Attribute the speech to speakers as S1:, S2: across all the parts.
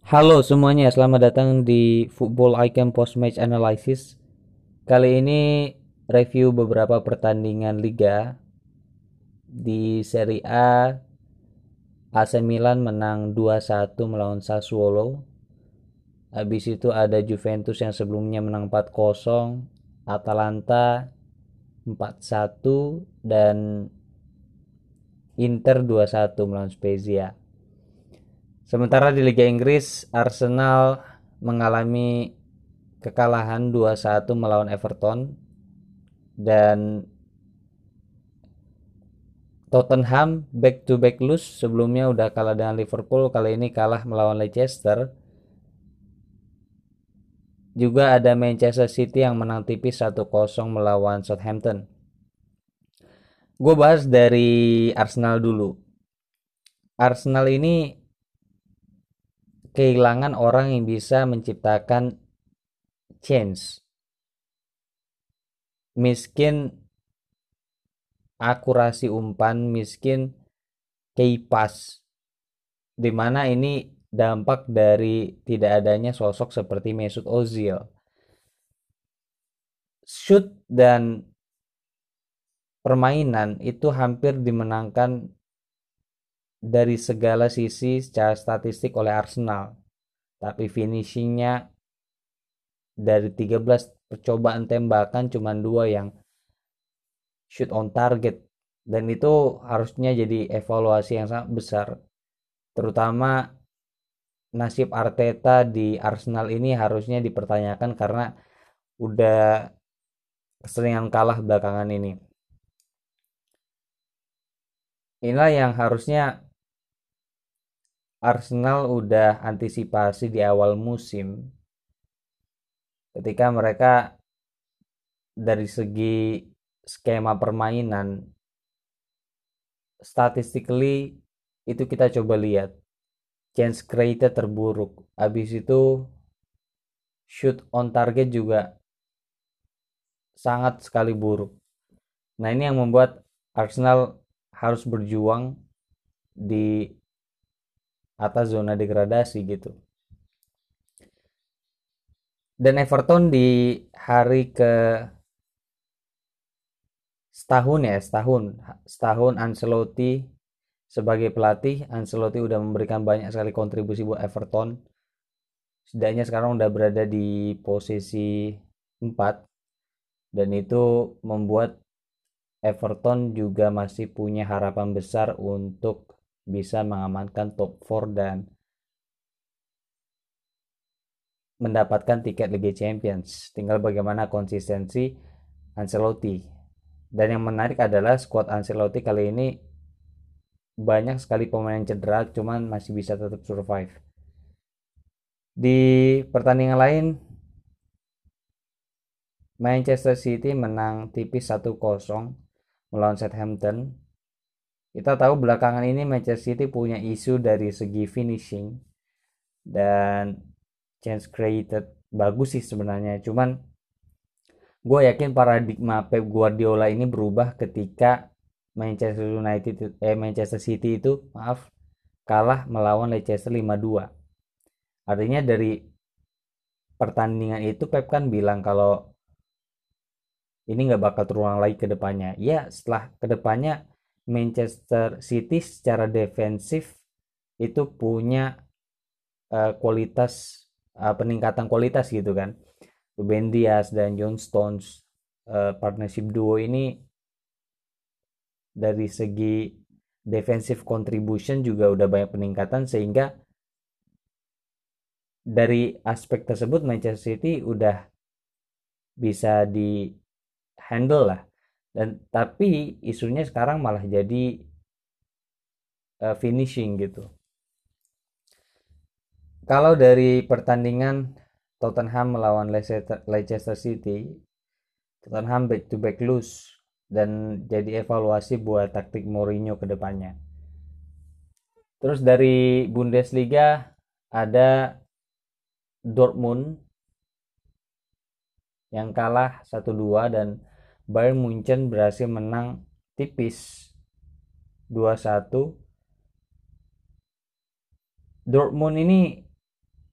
S1: Halo semuanya, selamat datang di Football Icon Post Match Analysis. Kali ini review beberapa pertandingan liga di Serie A. AC Milan menang 2-1 melawan Sassuolo. Habis itu ada Juventus yang sebelumnya menang 4-0, Atalanta 4-1 dan Inter 2-1 melawan Spezia. Sementara di Liga Inggris, Arsenal mengalami kekalahan 2-1 melawan Everton dan Tottenham back to back lose. Sebelumnya udah kalah dengan Liverpool, kali ini kalah melawan Leicester. Juga ada Manchester City yang menang tipis 1-0 melawan Southampton. Gue bahas dari Arsenal dulu. Arsenal ini kehilangan orang yang bisa menciptakan chance. Miskin akurasi umpan, miskin key pass, dimana ini dampak dari tidak adanya sosok seperti Mesut Ozil. Shoot dan permainan itu hampir dimenangkan dari segala sisi secara statistik oleh Arsenal, tapi finishingnya dari 13 percobaan tembakan cuma 2 yang shoot on target, dan itu harusnya jadi evaluasi yang sangat besar, terutama nasib Arteta di Arsenal ini harusnya dipertanyakan karena udah keseringan kalah belakangan ini. Inilah yang harusnya Arsenal udah antisipasi di awal musim, ketika mereka dari segi skema permainan statistically itu kita coba lihat chance created terburuk, habis itu shoot on target juga sangat sekali buruk. Nah, ini yang membuat Arsenal harus berjuang di atas zona degradasi gitu. Dan Everton di hari ke setahun Ancelotti sebagai pelatih. Ancelotti udah memberikan banyak sekali kontribusi buat Everton. Setidaknya sekarang udah berada di posisi 4, dan itu membuat Everton juga masih punya harapan besar untuk bisa mengamankan top 4 dan mendapatkan tiket Liga Champions. Tinggal bagaimana konsistensi Ancelotti. Dan yang menarik adalah squad Ancelotti kali ini banyak sekali pemain cedera, cuman masih bisa tetap survive. Di pertandingan lain, Manchester City menang tipis 1-0 melawan Southampton. Kita tahu belakangan ini Manchester City punya isu dari segi finishing dan chance created bagus sih sebenarnya. Cuman gue yakin paradigma Pep Guardiola ini berubah ketika Manchester City itu kalah melawan Leicester 5-2. Artinya dari pertandingan itu Pep kan bilang kalau ini nggak bakal terulang lagi ke depannya. Ya, setelah ke depannya Manchester City secara defensif itu punya kualitas, peningkatan kualitas gitu kan. Ruben Dias dan John Stones, partnership duo ini dari segi defensive contribution juga udah banyak peningkatan, sehingga dari aspek tersebut Manchester City udah bisa di handle lah. Dan tapi isunya sekarang malah jadi finishing gitu. Kalau dari pertandingan Tottenham melawan Leicester City, Tottenham back to back lose dan jadi evaluasi buat taktik Mourinho ke depannya. Terus dari Bundesliga ada Dortmund yang kalah 1-2 dan Bayern Munchen berhasil menang tipis 2-1. Dortmund ini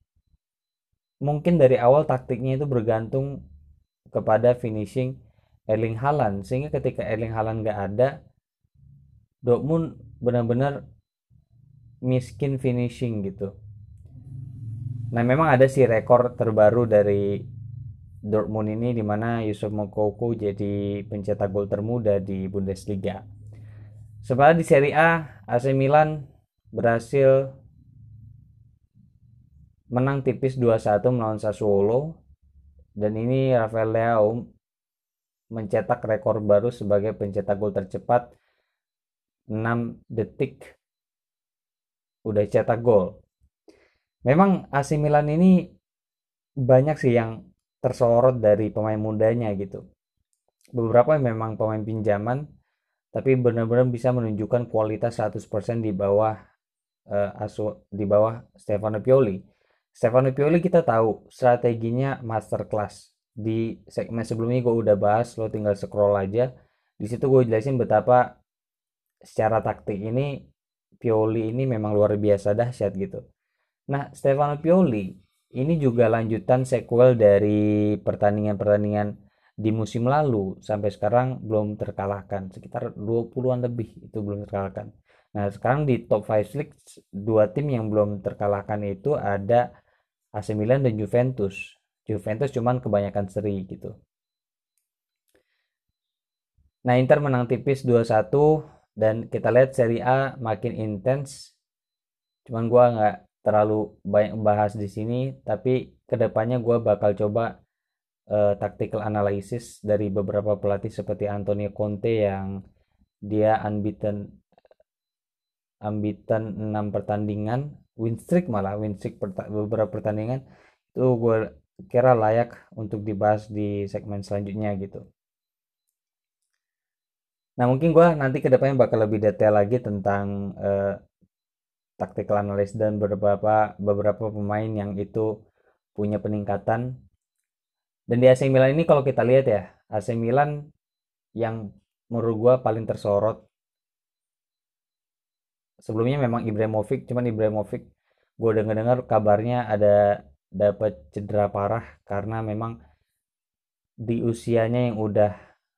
S1: mungkin dari awal taktiknya itu bergantung kepada finishing Erling Haaland, sehingga ketika Erling Haaland nggak ada, Dortmund benar-benar miskin finishing gitu. Nah, memang ada sih rekor terbaru dari Dortmund ini di mana Yusuf Moukoko jadi pencetak gol termuda di Bundesliga. Sementara di Serie A, AC Milan berhasil menang tipis 2-1 melawan Sassuolo, dan ini Rafael Leao mencetak rekor baru sebagai pencetak gol tercepat, 6 detik udah cetak gol. Memang AC Milan ini banyak sih yang tersorot dari pemain mudanya gitu. Beberapa memang pemain pinjaman, tapi benar-benar bisa menunjukkan kualitas 100% di bawah di bawah Stefano Pioli. Stefano Pioli kita tahu strateginya masterclass. Di segmen sebelumnya gue udah bahas, lo tinggal scroll aja. Di situ gue jelasin betapa secara taktik ini Pioli ini memang luar biasa dahsyat gitu. Nah, Stefano Pioli ini juga lanjutan sequel dari pertandingan-pertandingan di musim lalu, sampai sekarang belum terkalahkan. Sekitar 20-an lebih itu belum terkalahkan. Nah, sekarang di top 5 league, dua tim yang belum terkalahkan itu ada AC Milan dan Juventus. Juventus cuman kebanyakan seri gitu. Nah, Inter menang tipis 2-1, dan kita lihat Serie A makin intens. Cuman gua nggak terlalu banyak bahas di sini, tapi kedepannya gua bakal coba tactical analysis dari beberapa pelatih seperti Antonio Conte yang dia unbeaten 6 pertandingan, win streak beberapa pertandingan. Itu gue kira layak untuk dibahas di segmen selanjutnya gitu. Nah, mungkin gue nanti kedepannya bakal lebih detail lagi tentang tactical analysis dan beberapa pemain yang itu punya peningkatan. Dan di AC Milan ini kalau kita lihat ya, AC Milan yang menurut gue paling tersorot sebelumnya memang Ibrahimovic, cuman Ibrahimovic gue dengar kabarnya ada dapat cedera parah karena memang di usianya yang udah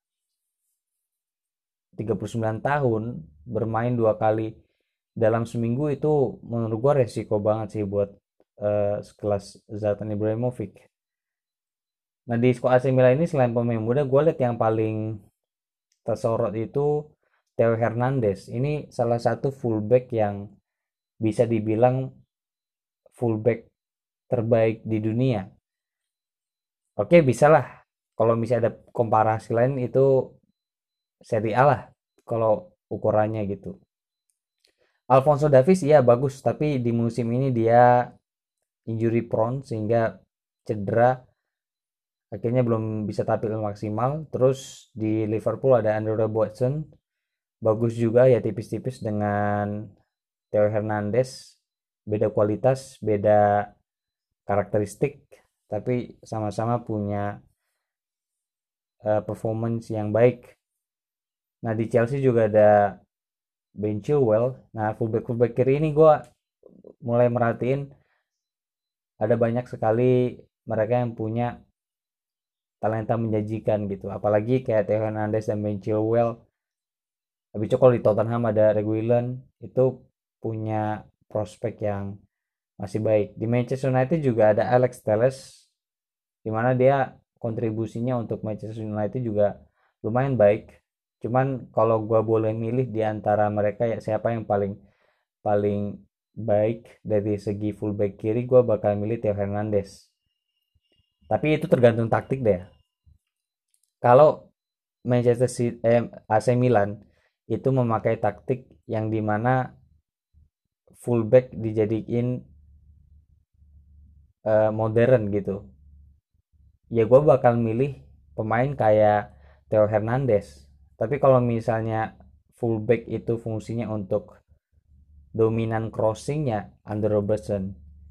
S1: 39 tahun bermain dua kali dalam seminggu itu menurut gue resiko banget sih buat sekelas Zlatan Ibrahimovic. Nah, di skuad AC Milan ini selain pemain muda, gue lihat yang paling tersorot itu Theo Hernandez. Ini salah satu fullback yang bisa dibilang fullback terbaik di dunia. Oke, bisa lah. Kalau misalnya ada komparasi lain itu Serie A lah kalau ukurannya gitu. Alfonso Davies iya bagus, tapi di musim ini dia injury prone sehingga cedera, akhirnya belum bisa tampil maksimal. Terus di Liverpool ada Andrew Robertson, bagus juga ya, tipis-tipis dengan Theo Hernandez. Beda kualitas, beda karakteristik, tapi sama-sama punya performance yang baik. Nah, di Chelsea juga ada Ben Chilwell. Nah, fullback kiri ini gue mulai merhatiin ada banyak sekali mereka yang punya talenta menjanjikan gitu. Apalagi kayak Theo Hernandez dan Ben Chilwell. Habis itu kalau di Tottenham ada Reguilon, itu punya prospek yang masih baik. Di Manchester United juga ada Alex Telles, di mana dia kontribusinya untuk Manchester United juga lumayan baik. Cuman kalau gue boleh milih di antara mereka ya siapa yang paling paling baik dari segi fullback kiri, gue bakal milih Theo Hernandez. Tapi itu tergantung taktik deh. Kalau AC Milan itu memakai taktik yang dimana fullback dijadiin modern gitu, ya gue bakal milih pemain kayak Theo Hernandez. Tapi kalau misalnya fullback itu fungsinya untuk dominan crossingnya, Andrew Robertson.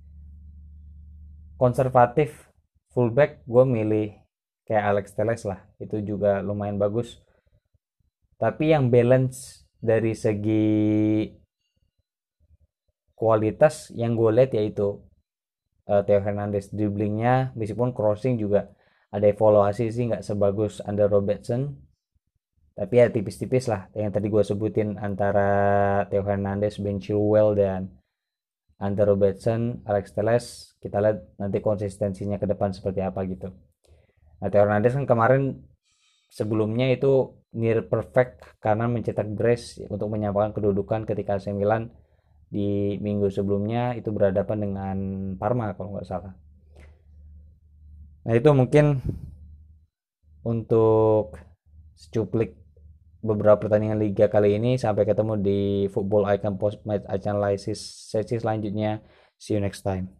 S1: Konservatif fullback gue milih kayak Alex Telles lah, itu juga lumayan bagus. Tapi yang balance dari segi kualitas yang gue lihat yaitu Theo Hernandez dribblingnya meskipun crossing juga ada evaluasi sih, nggak sebagus Under Robertson, tapi ya tipis-tipis lah yang tadi gue sebutin antara Theo Hernandez, Ben Chilwell, dan Under Robertson, Alex Telles. Kita lihat nanti konsistensinya ke depan seperti apa gitu. Nah, Theo Hernandez kan kemarin sebelumnya itu near perfect karena mencetak brace untuk menyamakan kedudukan ketika AC Milan di minggu sebelumnya itu berhadapan dengan Parma kalau nggak salah. Nah itu mungkin untuk secuplik beberapa pertandingan liga kali ini. Sampai ketemu di Football Icon Post Match Analysis sesi selanjutnya. See you next time.